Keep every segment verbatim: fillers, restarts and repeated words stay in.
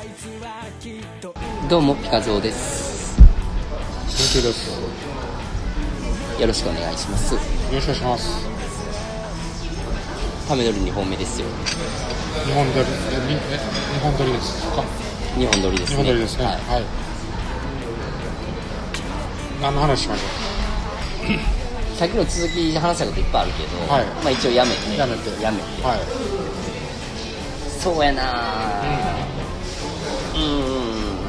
どうもピカゾーです。 新旧です。 よろしくお願いします。 よろしくお願いします。 ため撮りにほんめですよ。 にほん撮り、え、にほん撮りですか？ にほん撮りですね。 にほん撮りですね。はい。はい、何の話しましょう。さっきの続き話したこといっぱいあるけど、はい、まあ一応やめて、 やめて、 やめて。 はい。 そうやな。うん。うん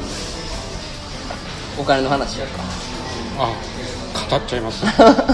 お金の話しようか。 あ、語っちゃいます。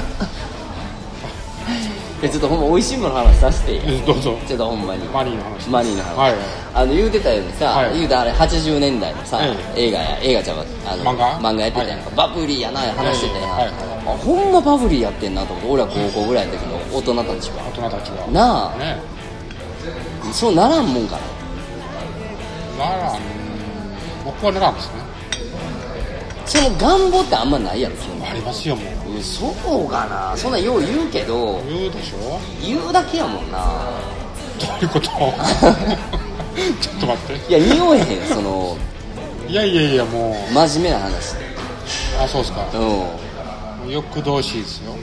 でちょっとほんま美味しいものの話させて。 どうぞ。 ちょっとほんまに。 マニーの話。 マニーの話。 はい、はい。 あの言うてたようにさ、はい、言うたあれはちじゅうねんだいのさ、ええ、映画や映画ちゃうあの漫画漫画やってたやんか、はい、バブリーやな話してたやん、はいはい、あほんまバブリーやってんなと思って、俺は高校ぐらいの時の大人たちは大人たちはなあ、 ね、 そうならんもんかな。ならん、僕はならんですね。 その願望ってあんまないやろ。 ありますよもう。 そうかな。そんなよう言うけど、 言うでしょ。 言うだけやもんな。 どういうこと？ちょっと待って。 いや匂えへんその。 いやいやいやもう真面目な話。 あ、そうですか。 うん。 欲動詞ですよ。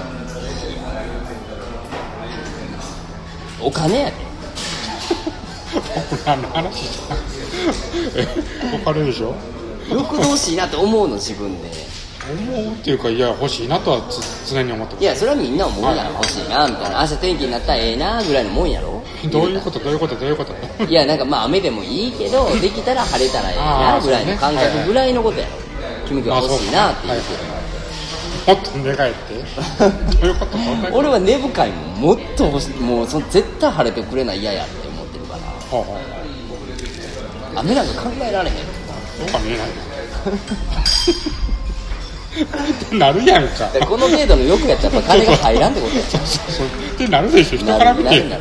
お金やで。 何の話じゃん。え、お金でしょ。 欲動詞なって思うの自分で。 思うっていうか、いや欲しいなとはつ常に思ってます。 いやそれはみんな思うやん、はい、欲しいなみたいな、明日天気になったらええなぐらいのもんやろ。 どういうことどういうことどういうこといやなんかまあ雨でもいいけどできたら晴れたらええなぐらいの感覚ぐらいのことやろ、はいはい、君が欲しいなって言うけど、 もっと願いってどういうこと俺は根深いもん、もっと欲しい、もうその絶対晴れてくれない嫌やって思ってるから、はあはあ、雨なんか考えられへん。 そうか見えないなるやんか。 この程度の欲やったらやっぱ金が入らんってことや。 そうそうそうってなるでしょ。人から見て。い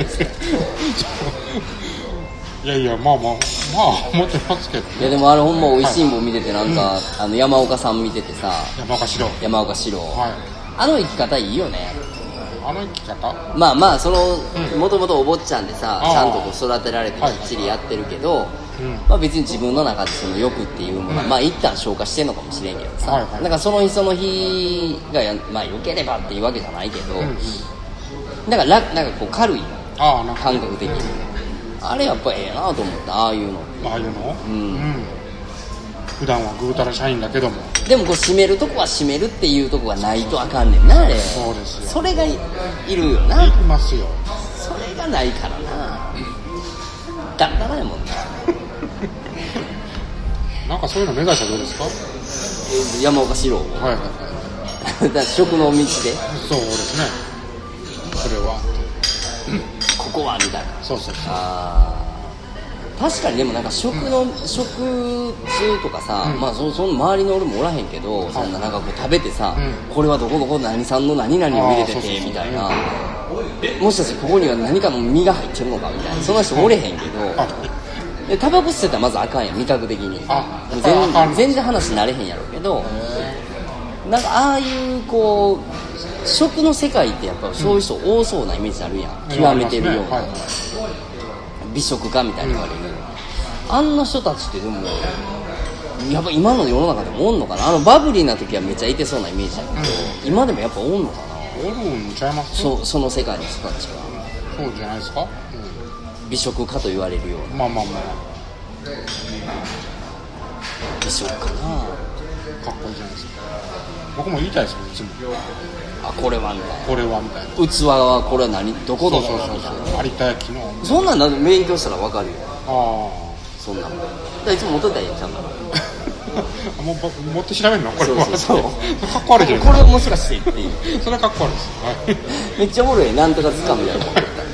やいやまあまあまあ思ってますけど、ね、 いやでもあれほんま美味しいもん見ててなんか、うん、あの山岡さん見ててさ、 山岡四郎山岡四郎、はい、あの生き方いいよね。 あの生き方まあまあそのもともとお坊ちゃんでさ、ちゃんとこう育てられてきっちりやってるけど、はい、まあ、別に自分の中でその欲っていうものは、うん、まあ一旦消化してんのかもしれんけどさ、はいはい、なんかその日その日がや、まあ、良ければっていうわけじゃないけど、うんうん、だからなんかこう軽い感覚的に あ, あれやっぱええなと思った。ああいうのああいうの、うんうん、普段はぐうたら社員だけどもでもこう締めるとこは締めるっていうとこがないとあかんねんなあれ。 そうですよ。 それが い, いるよな。 いりますよ。 それがないからなガラガラやもんななんかそういうの目指したらどうですか。 山岡四郎。はいはいはい。だから食の道で。そうですね。それは。 ここはみたいな。 そうそうそう。 あ確かにでもなんか食の、うん、食通とかさ、うん、まあそその周りの俺もおらへんけど、うん、そんななんかこう食べてさ、うん、これはどこどこ何さんの何々を入れててみたいな。もしかしてここには何かの実が入ってるのかみたいな。そんな人おれへんけど。でタバコ吸ってたらまずあかんやん味覚的に。あ全, 全然話になれへんやろうけど、なんかああいうこう食の世界ってやっぱそういう人多そうなイメージあるやん、うん、極めてるような、ねはい、美食家みたいに言われる、うん、あんな人たちってでもやっぱ今の世の中でもおんのかな。あのバブリーな時はめっちゃいてそうなイメージだけど、うん、今でもやっぱおんのかな。 おるんちゃいます。 そ, その世界の人たちはそうじゃないですか、うん、 美食家と言われるような。 まあまあまあ美食家なかっこいいじゃないですか。僕も言いたいですもんいつも。 あこれはみたいな。 これはみたいな。 器はこれは何どこどこそうそうそうそう有田焼のそんなんだ勉強したら分かるよ。 ああそんなんだいつも持ってたらいいんちゃうかなもう持って調べるのこれは。 そうそうそうかっこ悪いじゃないですか。 これをもしかしてっていうそれはかっこ悪いです、はい、 めっちゃおもろいなんとか図鑑みたいな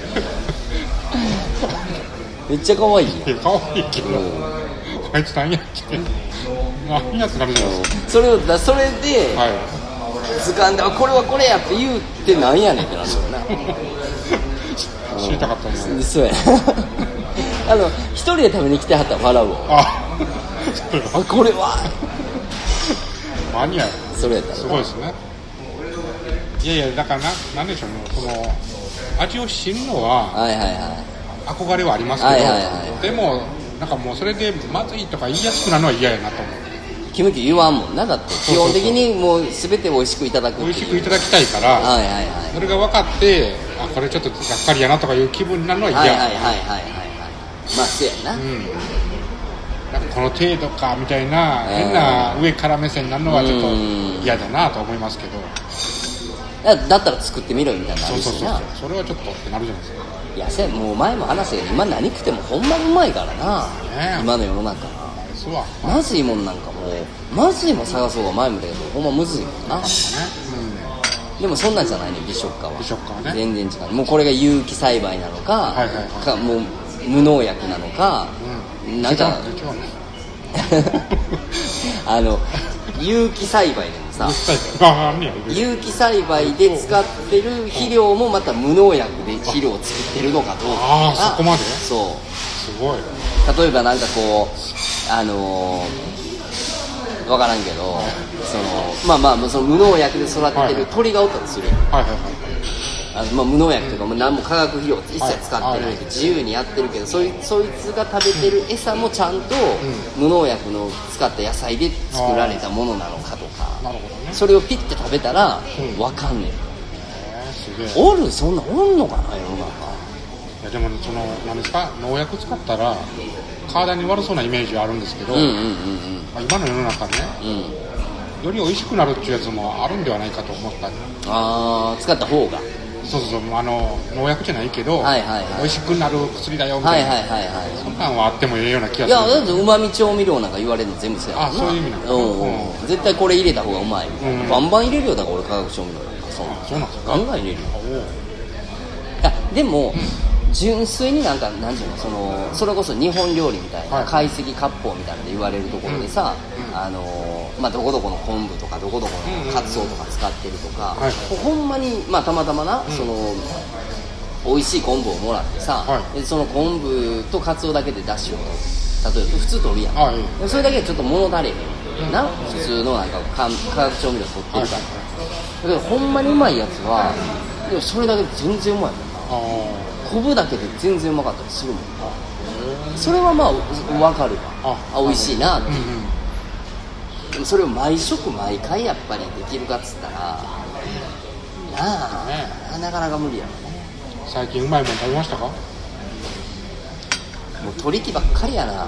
めっちゃ可愛いやん。 可愛いけど、うん、あいつ何やってんの何やってなるじゃないですか。 それをだそれで、はい、図鑑でこれはこれやって言うってなんやねんってなるよな知りたかったもん。 そうやあの一人で食べに来てはったら笑うわ。ああこれはマニアそれやったらすごいですね。いやいやだからななんでしょうね、その味を知るのは、はいはいはい、憧れはありますけど、はいはいはい、でもなんかもうそれでまずいとか言いやすくなるのは嫌やなと思う。 キムキ言わんもんな。だって基本的にもう全て美味しくいただくっていう、 美味しくいただきたいから、 はいはいはい、 それが分かってあこれちょっとがっかりやなとかいう気分になるのは嫌。 はいはいはいはいはいはい、まあそうやな、うん、 なんかこの程度かみたいな変な上から目線になるのはちょっと嫌だなと思いますけど、 だ, だったら作ってみろみたいなのあるしな。そうそうそうそれはちょっとってなるじゃないですか。 いやせもう前も話したけど今何食ってもほんまにうまいからな、ね、今の世の中まずいもんなんかもうまずいもん探そうが前もだけどほんまむずいもんな、ねうん、でもそんなんじゃないね美食家は。 美食家はね全然違う。もうこれが有機栽培なのか、はいはいはい、かもう無農薬なのか、うん、なんかあの有機栽培でもさ有機栽培で使ってる肥料もまた無農薬で肥料を作ってるのかどうか。 ああそこまで。 そうすごい。 例えばなんかこうあのー、分からんけどそのまあまあその無農薬で育ててる鳥がおったりするやん、はいはいはい、あのまあ、無農薬というかもう何も化学肥料一切使ってないで自由にやってるけどそい、そいつが食べてる餌もちゃんと無農薬の使った野菜で作られたものなのかとか、なるほどね、それをピッて食べたら分かんねん、うん、すげえおるそんなおんのかな世の中。 いやでもその何ですか農薬使ったら体に悪そうなイメージがあるんですけど、うんうんうんうんまあ、今の世の中ね、うん、より美味しくなるっていうやつもあるんではないかと思ったり。 ああ使った方がそうそうそうあの農薬じゃないけど、はいはいはい、美味しくなる薬だよみたいな、はいはいはいはい、そんなんはあってもええような気がする。いやだってうまみ調味料なんか言われるの全部そうやからな。あそういう意味なんだ、うんうん、絶対これ入れた方がうまい、うん、バンバン入れるよだから俺化学調味料なんかそうなんそうなんですかガンガン入れるよ。いやでも、うん純粋になんかなんていうのそのそれこそ日本料理みたいな懐石割烹みたいなで言われるところでさ、うん、あのまあどこどこの昆布とかどこどこのカツオとか使ってるとか、うんうんうん、ほんまにまあたまたまな、うん、その美味しい昆布をもらってさ、はい、でその昆布とカツオだけで出汁を例えば普通取るやん、はい、それだけはちょっと物足りへん、うん、な普通のなんか化学調味料取ってるから、はい、だけどほんまにうまいやつはでもそれだけで全然うまいもんな。昆布だけで全然うまかったりするもん。それはまあ分かるわ。あ美味しいなって、うんうん、でもそれを毎食毎回やっぱりできるかっつったらなあ、ね、なかなか無理やろね。 最近うまいもん食べましたか？もう取り木ばっかりやな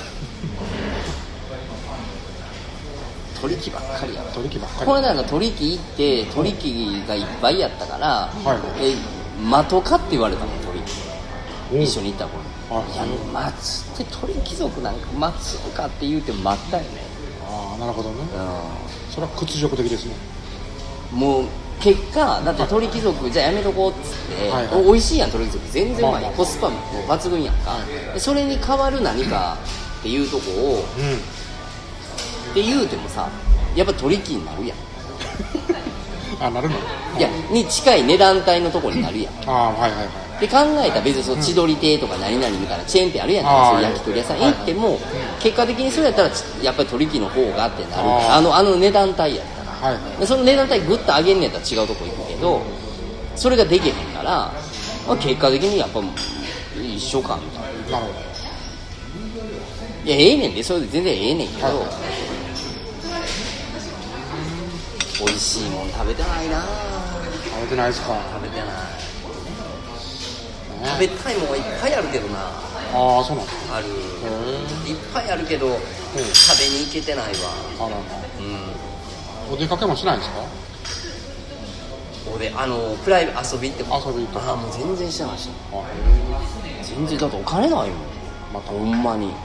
取り木ばっかりや取り木ばっかりこれなんか取り木行って取り木がいっぱいやったから、はい、えマトカって言われたの鳥一緒に行った頃、いや待つって鳥貴族なんか待つのかって言うて待ったよね。 ああなるほどね、うん、それは屈辱的ですね。 もう結果だって鳥貴族じゃあやめとこうっつって、はいはい、美味しいやん鳥貴族全然うまい、まあまあ、コスパも抜群やんか、はい、でそれに代わる何かっていうとこを、うん、って言うてもさやっぱ鳥貴になるやんあなるのいやに近い値段帯のとこになるやんあはいはいはいで考えたら別にその千鳥亭とか何々みたいなチェーン店あるやんか、そういう焼き鳥屋さん行っても、はいはい、結果的にそれやったらやっぱり取引の方がってなるからあのあの値段帯やったら、はいはい、でその値段帯グッと上げんねやったら違うとこ行くけどそれができへんから、まあ、結果的にやっぱ一緒かみたいな。なるほど。いやええねんでそれで全然ええねんけど、はいはい、美味しいもん食べてないな。 食べてないですか？ 食べてない、ね、食べたいもんはいっぱいあるけどな。 ああそうなんだ。 あるいっぱいあるけど、うん、食べに行けてないわ。あらら、 うん、お出かけもしないんですか？ おであのプライベート遊びってこと？ 遊びとかあもう全然してないし全然だってお金ないもん、またほんまに。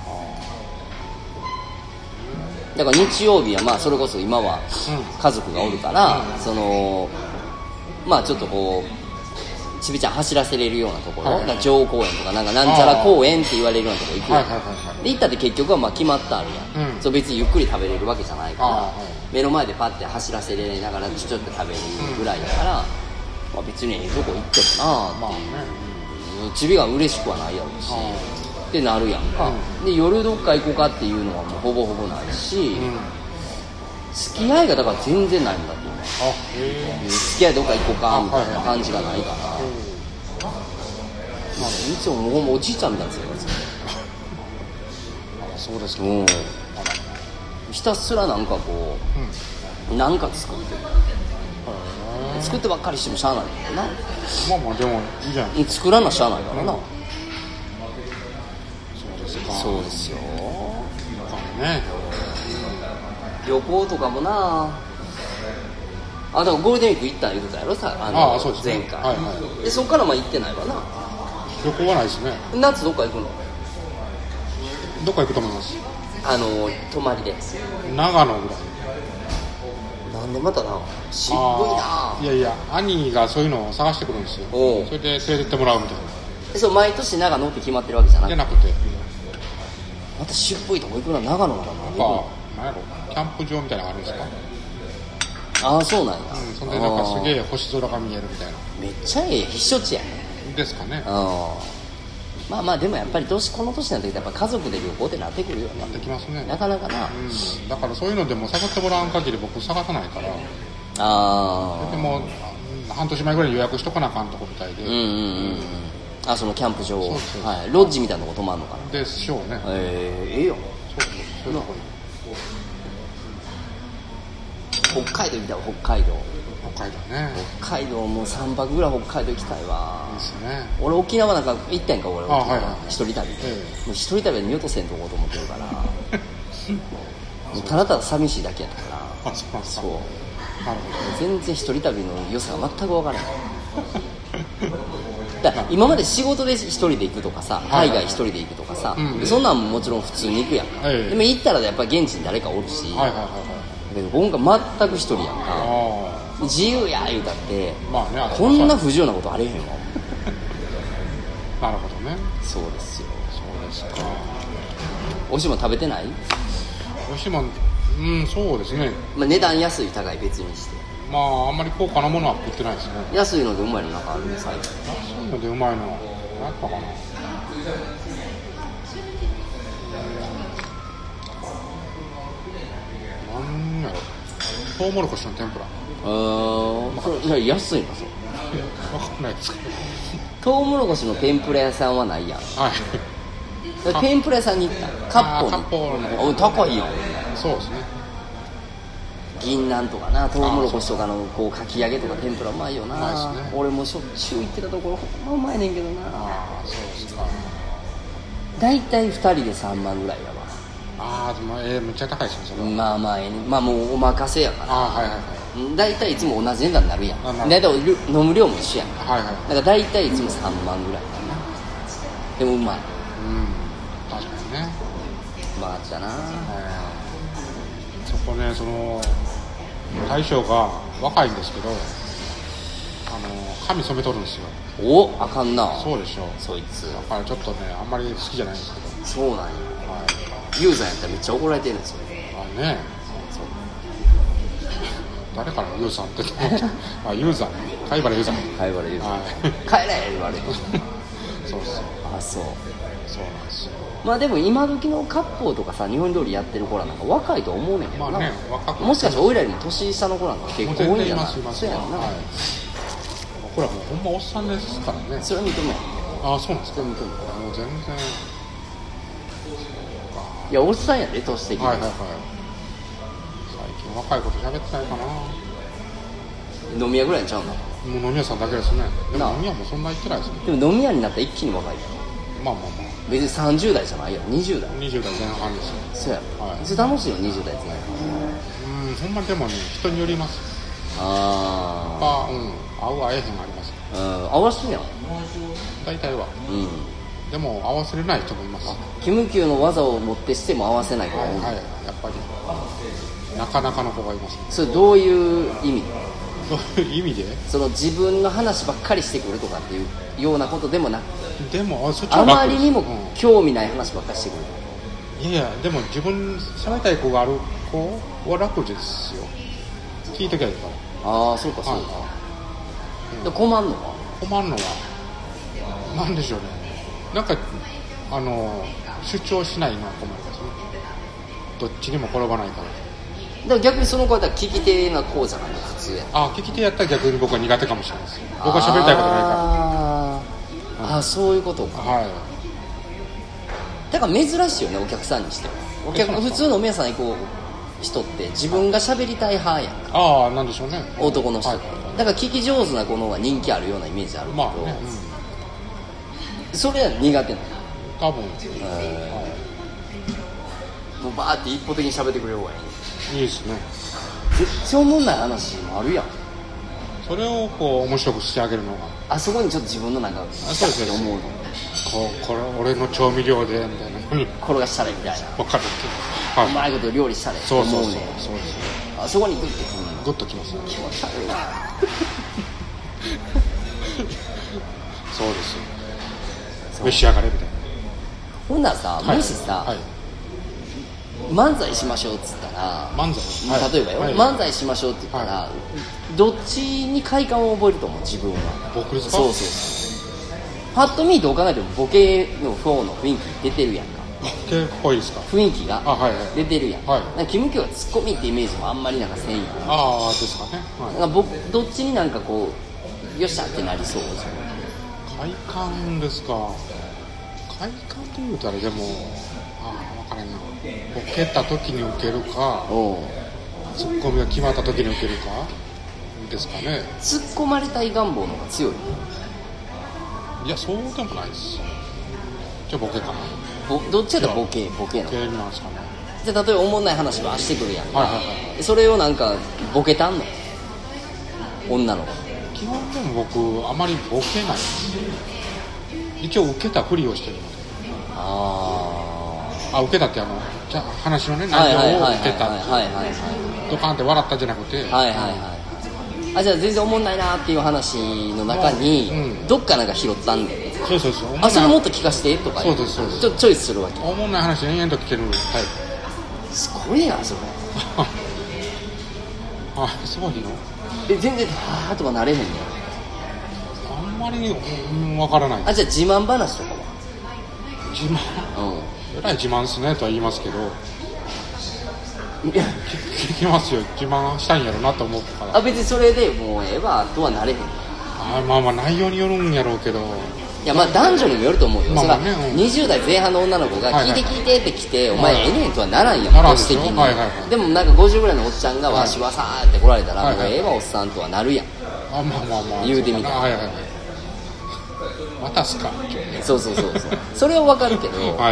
だから日曜日はまあそれこそ今は家族がおるから、うん、そのまあちょっとこうちびちゃん走らせれるようなところ、はいはい、城公園とかなんかなんちゃら公園って言われるようなところ行くやん、はいはいはいはい、で行ったって結局はまあ決まってあるやん、うん、そう別にゆっくり食べれるわけじゃないから、はい、目の前でパッて走らせれながらちょっと食べるぐらいだから、うんまあ、別にええとこ行ってもなーっていう、まあねうん、ちびが嬉しくはないやろうしってなるやんか、うん、で夜どっか行こうかっていうのはもうほぼほぼないし、うん、付き合いがだから全然ないんだって今。あへ付き合いどっか行こうかみたいな感じがないから、はいはい、いつももうおじいちゃんみたいな生活そうですか。 ひたすらなんかこう、うん、なんか作ってる作ってばっかりしてもしゃあないんだよな。 まあまあでもいいじゃない。 作らなしゃあないからな、うん、 そうですか。 そうですよ。 ね、 旅行とかもなあ、だからゴールデンウィーク行ったん言うてたやろさ、あのああそうですね、 前回、 はいはい、 でそっからまあ行ってないわな。 旅行はないですね。 夏どっか行くの？ どっか行くと思います。 あの泊まりで長野ぐらい。 なんでまたな渋いな。 いやいや兄がそういうのを探してくるんですよ。それで連れてってもらうみたいな。 そう毎年長野って決まってるわけじゃなくて。 じゃなくてまた渋いとこ行くな。長野なら何か何やろキャンプ場みたいなのがあるんですか。 ああそうなんや、 うん、そんでなんかすげえ星空が見えるみたいな。 めっちゃええ避暑地やねですかね。 あまあまあでもやっぱり年この年になってきたらやっぱ家族で旅行ってなってくるよね。 なってきますね。 なかなかな、 うん、だからそういうのでも誘ってもらわん限り僕探さないから。 ああでも半年前ぐらいに予約しとかなあかんとこみたいで。 うんうんうんうんあそのキャンプ場そうそうそう、 はい、ロッジみたいなとこ泊まるのかな。 でしょうね。 えー、ええよ。 そうそういうとこに北海道行きたいわ。北海道北海道ね。 北海道もうさんぱくぐらい北海道行きたいわ。 いいですね。 俺沖縄なんか行ったんか俺。 あ、はいはい、 一人旅で、 ええ、 もう一人旅で二度とせんとこうと思ってるからもうただただ寂しいだけやったから。 あ、そうなんですか。 そうなるほど。 全然一人旅の良さが全く分からないだから今まで仕事で一人で行くとかさ、海外一人で行くとかさ、うん、そんなんももちろん普通に行くやん、はい、でも行ったらやっぱり現地に誰かおるし、はいはいはいはい、で今回全く一人やんか。自由や言うたって、まあね、こんな不自由なことあれへんわなるほどね。 そうですよ。 そうですか。 おいしいもん食べてない？ おいしいもん、うん、そうですね、 まあ、値段安い高い別にして、 まああんまり高価なものは食ってないですね。 安いのでうまいのなんかあるね最近。 安いのでうまいの何やったかな。なんやろ、トウモロコシの天ぷら。 あー、それ安いのそれ分かんないですけどトウモロコシの天ぷら屋さんはないやん。 はい天ぷら屋さんに行ったカッポに。 カッポの高いやん。 そうですね。 銀杏とかなトウモロコシとかのこうかき揚げとか天ぷらうまいよな、ね、俺もしょっちゅう行ってたところほんまうまいねんけどな。 ああそうですか。 大体ふたりでさんまんぐらいやわ。 ああでもえー、めっちゃ高いですねそれ。 まあまあええね、まあもうお任せやから。 あはいはいはい。 大体いつも同じ値段になるやん。大体飲む量も一緒やん。 はいはい。 だから大体いつもさんまんぐらいかな。でもうまい。 うん確かにね。 うまかったな。 そこね、その大将が若いんですけど、あの髪染めとるんですよ。 おあかんな。 そうでしょそいつ。 だからちょっとねあんまり好きじゃないんですけど。 そうなんや、はい、ユーザーやったらめっちゃ怒られてるんですよ。 あねそう誰からユーザーってあユーザーね貝原ユーザー貝原ユーザー帰れ言われるそうそうあそうそうなんですよ。 まあでも今時の割烹とかさ日本料理やってる子らなんか若いと思うねんけどな、 まあね、若くもしかして俺らよりも年下の子なんか結構多いんじゃない。 そうやんな、はい、これはもうほんまおっさんですからね。 それは認めん。 ああそうなんですか。 認めん。もう全然いやおっさんやで年的に。 はいはいはい。最近若いこと喋ってないかな。 飲み屋ぐらいにちゃうの。 もう飲み屋さんだけですね。でも飲み屋もそんな行ってないですね。 でも飲み屋になったら一気に若いから。 まあまあまあ別にさんじゅう代じゃないやん。にじゅう代にじゅう代前半ですよ。 そうやろ、はい、それ楽しいよにじゅう代前半。 うんほんまでもね人によります。 ああうん合う合えへんあります。 うん合わせるやん大体は。うんでも合わせれない人もいます。 キムキューの技をもってしても合わせない子が多い。 はい、はい、やっぱりなかなかの子がいます、ね、 それどういう意味？ どういう意味で？ その自分の話ばっかりしてくるとかっていうようなことでもなくでも あ, そっちあまりにも興味ない話ばっかりしてくる、 うん、いやいやでも自分喋りたい子がある子は楽ですよ。聞いときゃいいから。 ああそうかそうか、うん、困んのは困んのはなんでしょうね。なんかあの主張しないのは困りますね。どっちにも転ばないから。 だから逆にその子だったら聞き手な子じゃないの普通や。 あ聞き手やったら逆に僕は苦手かもしれないです。僕は喋りたいことないから。 あ、うん、あそういうことか。 はいだから珍しいよね、お客さんにしては。お客普通のお宮さん行こう人って自分が喋りたい派やんか。 ああ、なんでしょうね、 男の人って、はいはいはい、だから聞き上手な子の方が人気あるようなイメージあるけど、まあね、うん、それは苦手なの多分、 えーはい、もうバーって一方的に喋ってくれる方がいい。いいですね。 絶対思んない話もあるやん。 それをこう面白くしてあげるのが、 あそこにちょっと自分のなんか来たって思うの、 こうこれ俺の調味料でみたいな転がしたれみたいな、 分かるけど、はい、うまいこと料理したれって思うね。そうそうそうそう、あそこにグッてくるの、 グッときますね。 気持ち悪いなそうですよ、召し上がれみたいな。 ほんならさ、はい、もしさ、はい、漫才しましょうっつったら、 漫才、 はい、例えばよ、はい、漫才しましょうって言ったら、はい、どっちに快感を覚えると思う、自分は。 僕ですか。 そうそうそう、パッと見どう考えてもボケのフォーの雰囲気出てるやんか。 ボケっぽいですか。 雰囲気が出てるやん、はいはい、なんかキムキョはツッコミってイメージもあんまりなんかせんやん。 ああですかね、はい、 なんか僕どっちになんかこうよっしゃってなりそう。 快感ですか。快感というたらでもああ分からんな、ボケた時に受けるかツッコミが決まった時に受けるかですかね。 突っ込まれたい願望の方が強い。 いやそうでもないです。じゃあボケかな。 ぼどっちやったらボケボケなの。 ボケなんですかね。 じゃあ例えばおもんない話はしてくるやんか、 はいはいはい、 それをなんかボケたんの女の子。 基本でも僕あまりボケないです。一応受けたふりをしてるので。ああ受けたってあのじゃあ話のね内容を受けたってドカンって笑ったじゃなくて、はいはいはい、 あじゃあ全然おもんないなっていう話の中に、うん、どっかなんか拾ったんで、 そうそうそう、 あそれもっと聞かせてとか、 そうですそうです、 ちょチョイスするわけ。 おもんない話延々と聞けるタイプ。 すごいなそれあすごいの。 え全然はーとかなれへんねん。 あんまり、うん、分からない。 あじゃあ自慢話とかは。 自慢、うん、えらい自慢っすねとは言いますけど、いや聞きますよ。自慢したいんやろなと思うから。 あ別にそれでもうええわとはなれへん。 あまあまあ内容によるんやろうけど、 いやまあ男女にもよると思うよ、まあまあね、うん、にじゅう代前半の女の子が聞いて聞いてって来て、はいはいはい、お前ええねんとはならんやん、 保守的に、 はいはいはい、 でもなんかごじゅうぐらいのおっちゃんがわしはさーって来られたら、はいはい、もうええわおっさんとはなるやん。 あまあまあまあ言うてみたら、 はいはいはい、またっすか。 そうそうそうそうそれは分かるけどはい、はい、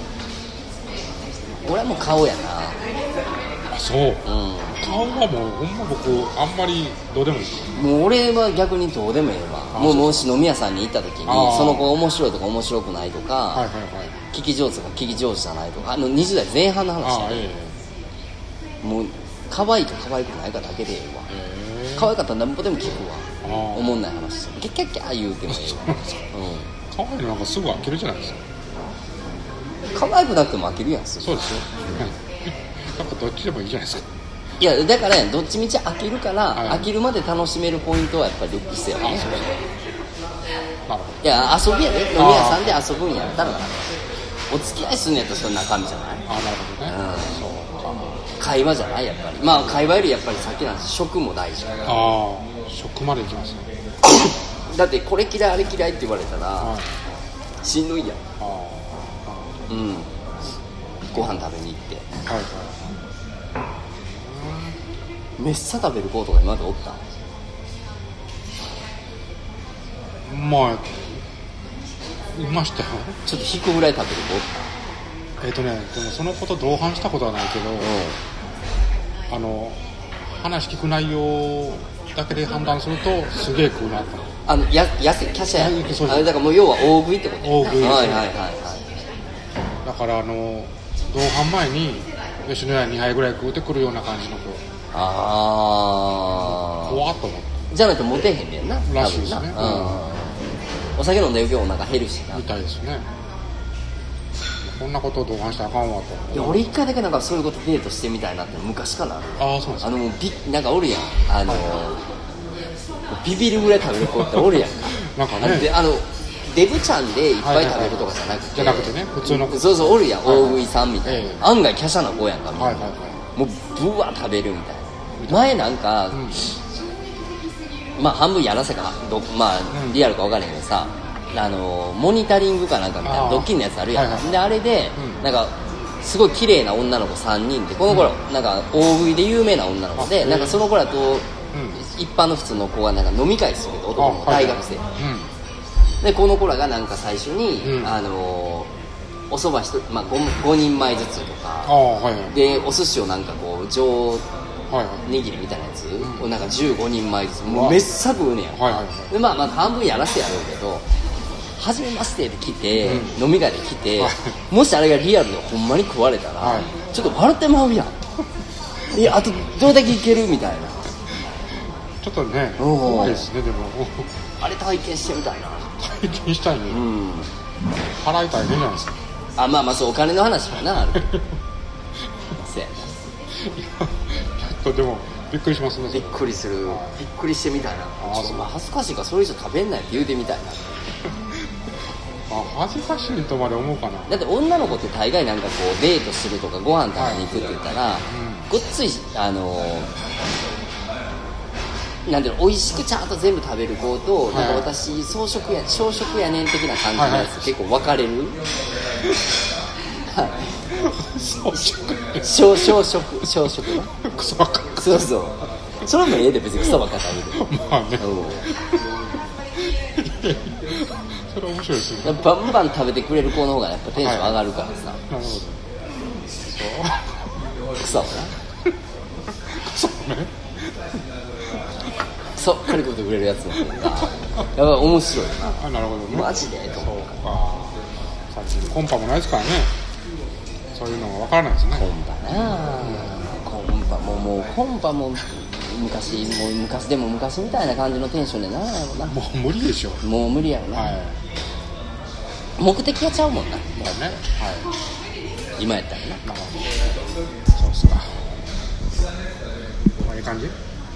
俺はもう顔やな。 あそう、うん、顔はもうほんま僕あんまりどうでもいい。 もう俺は逆にどうでもいいわ。もうもし飲み屋さんに行った時にその子面白いとか面白くないとか、はいはいはい、聞き上手とか聞き上手じゃないとか、あのにじゅう代前半の話や、ね、もう可愛いか可愛くないかだけでええわ。えー、可愛かったら何ぼでも聞くわ。おもんない話キャッキャッキャー言うてもええわ。 うん、可愛いのなんかすぐ飽きるじゃないですか。 可愛くなくても飽きるやん。 そうですよ、なんかどっちでもいいじゃないですか。 いやだからどっちみち飽きるから、はい、飽きるまで楽しめるポイントはやっぱりルックスやね。なるほど。いや遊びやね、飲み屋さんで遊ぶんやったらお付き合いすんのやったらそれ中身じゃない。あなるほどね、うん、そうか。会話じゃないやっぱり。まあ会話よりやっぱり先なんです。食も大事。ああ食までいきますねだってこれ嫌いあれ嫌いって言われたら、はい、しんどいやん。あうん、ご飯食べに行って、はいはい、めっさ食べる子とか今までおった？ まあいましたよ。 ちょっと引くぐらい食べる子おった？ えっ、ー、とねでもその子と同伴したことはないけど、うん、あの話聞く内容だけで判断するとすげえ食うなと。 あのや安いキャシャや。あれだからもう要は大食いってことね。 大食い、 はいはいはいはい。 だからあの同伴前に吉野家にはいぐらい食うてくるような感じの子。ああ怖っと思って。 じゃないとモテへんねんならしいですね、うん、 お酒飲んでるけどお腹減るしなみたいですね。こんなことを同伴したらあかんわと。 いや俺一回だけなんかそういうことデートしてみたいなって昔からある。 ああそうですか。 あのもうビなんかおるやんあの、はい、ビビるぐらい食べる子っておるやんなんかねであのデブちゃんでいっぱい食べるとかじゃなくて、 じゃなくてね普通のそうそうおるやん、はいはい、大食いさんみたいな、ええ、案外華奢な子やんかみんな、はいはいはい、もうブワー食べるみたいな。前なんか、うん、まあ半分やらせかどまあ、うん、リアルか分からへんけどさあのモニタリングかなんかみたいなドッキリのやつあるやん、はいはい、であれで、うん、なんかすごい綺麗な女の子さんにんでこの頃、うん、なんか大食いで有名な女の子で、なんかその子らと、うん、一般の普通の子がなんか飲み会すると男の大学生、はいはいうん、でこの子らがなんか最初に、うん、あのお蕎麦一、まあ、5, ごにんまえずつとか、はいはい、でお寿司をなんかこう上握りみたいなやつをなんかじゅうごにんまえずつもうめっさくうねやん、はいはいはい、でまあまあ半分やらせてやるけど初めましてって来て、うん、飲み会で来て、はい、もしあれがリアルでほんまに食われたら、はい、ちょっと笑ってまうやんいやあとどれだけいけるみたいなちょっとね怖いですねでもあれ体験してみたいな体験したいね、うん、払いたいねじゃないですかあまあまあそうお金の話かなあるせやなちょっとでもびっくりしますねびっくりする、はい、びっくりしてみたいなあちょっとまあ恥ずかしいからそれ以上食べんないって言うてみたいなあ恥ずかしいとまで思うかなだって女の子って大概なんかこうデートするとかご飯食べに行くって言ったら、はいうん、ごっついあのー、なんていうの美味しくちゃんと全部食べる子と、はい、なんか私草食や小食やねん的な感じのやつ、はいはい、結構分かれる小食小小食小食クソばっかそうそうそれもええで別にクソばっか食べるまあねそれ面白いですねバンバン食べてくれる子の方がやっぱテンション上がるからさ、はい、なるほどそうクソなクソねクソ軽く食ってくれるやつの方がやっぱ面白いなあなるほどねマジでと思うそうかさっきコンパもないですからねそういうのが分からないですねコンパな、うん、コンパももうコンパも昔もう昔でも昔みたいな感じのテンションでならないもんなもう無理でしょもう無理やろな、はい、目的やちゃうもんなもうね、はい、今やったらななるほどそうっすかこういう感じ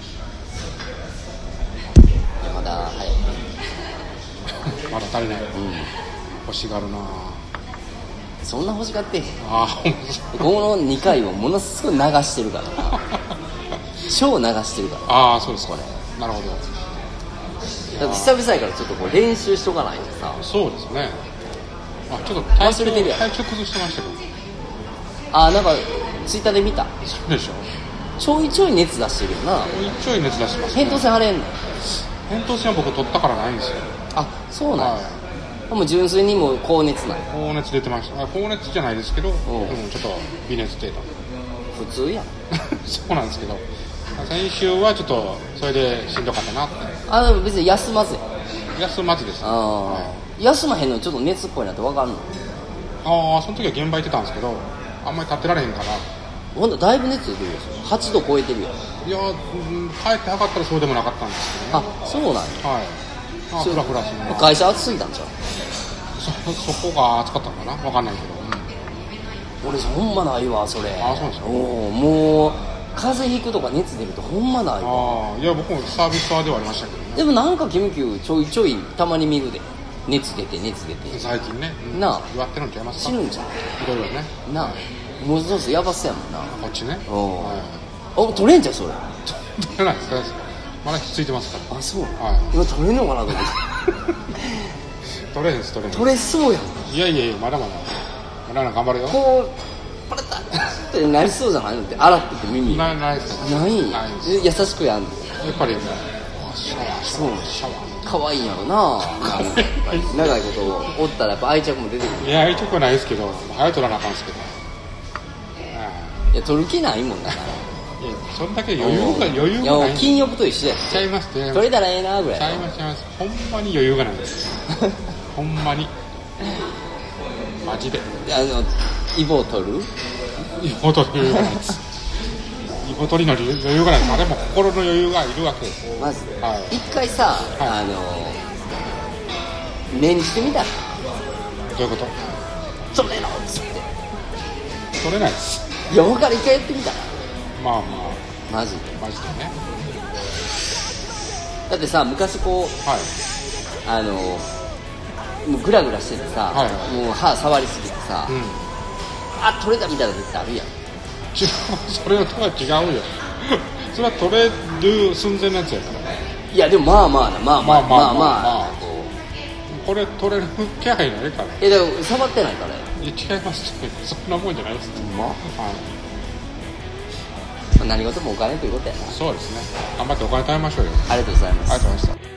まだ早いまだ足りない、うん、欲しがるなそんな欲しがってへんあこのにかいをものすごい流してるからな超流してるからああそうですこれなるほどだって久々やからちょっとこう練習しとかないとさそうですねあちょっと体調忘れてるやん体調崩してましたけどああなんかツイッターで見たそうでしょちょいちょい熱出してるよなちょいちょい熱出してますね扁桃腺腫れんの扁桃腺は僕取ったからないんですよあそうなんや、はい、もう純粋にもう高熱ない高熱出てました高熱じゃないですけどでもちょっと微熱程度普通やんそうなんですけど先週はちょっとそれでしんどかったなってあでも別に休まずや休まずです、ね、 あ、はい、休まへんのにちょっと熱っぽいなって分かんのああその時は現場行ってたんですけどあんまり立ってられへんからほんとだいぶ熱出てるよはちど超えてるよいや、うん、帰って測ったらそうでもなかったんですけどねあそうなんやはいあフラフラするな会社暑すぎたんちゃうそ, そこが暑かったのかな分かんないけど、 うん、俺ほんまないわそれあそうですかおもう風邪ひくとか熱出るとほんまないわあいや僕もサービスターではありましたけど、ね、 でもなんか研究ちょいちょいたまに見るで熱出て熱出て最近ね、 うん、なあ弱ってるんちゃいますか死ぬんじゃんいろいろねなあもうそうそうやばそうやもんなこっちねお、はい、お取れんじゃんそれ取れないですまだひっついてますからあそう、 はい、 今取れんのかなと思って取れへんです取れへん取れそうやんいやいやいやまだまだまだまだ頑張るよこうパラッタってなりそうじゃないのって洗ってて耳ないないですない優しくやんのやっぱりねシャワーシャワーシャワーかわいいんやろな長いことおったらやっぱ愛着も出てくるいや愛着はないですけど早く取らなあかんですけどいや取る気ないもんだからいやそんだけ余裕が余裕がないいや禁欲と一緒やちゃいますって取れたらええなぐらいちゃいますちゃいますほんまに余裕がないですほんまにマジであのイボを取るイボ取る余裕がないですイボ取りの余裕がないですあれも心の余裕がいるわけですまず、はい、一回さ、はい、あの念じてみたらどういうこと取れろっつって取れないですいや他から一回やってみたらまあまあマジでマジでねだってさ昔こう、はい、あのもうグラグラしててさ、はいはい、もう歯触りすぎてさ、うん、あ取れたみたいな絶対あるやん違うそれはとは違うよそれは取れる寸前のやつやからいやでもまあまあなまあまあまあまあ、まあまあまあ、 これ取れる気配ないから。 えだから触ってないから。 いや違いますそんなもんじゃないです。 まあ、はい、何事もお金ということやな。 そうですね、頑張ってお金貯めましょうよ。 ありがとうございます。 ありがとうございました。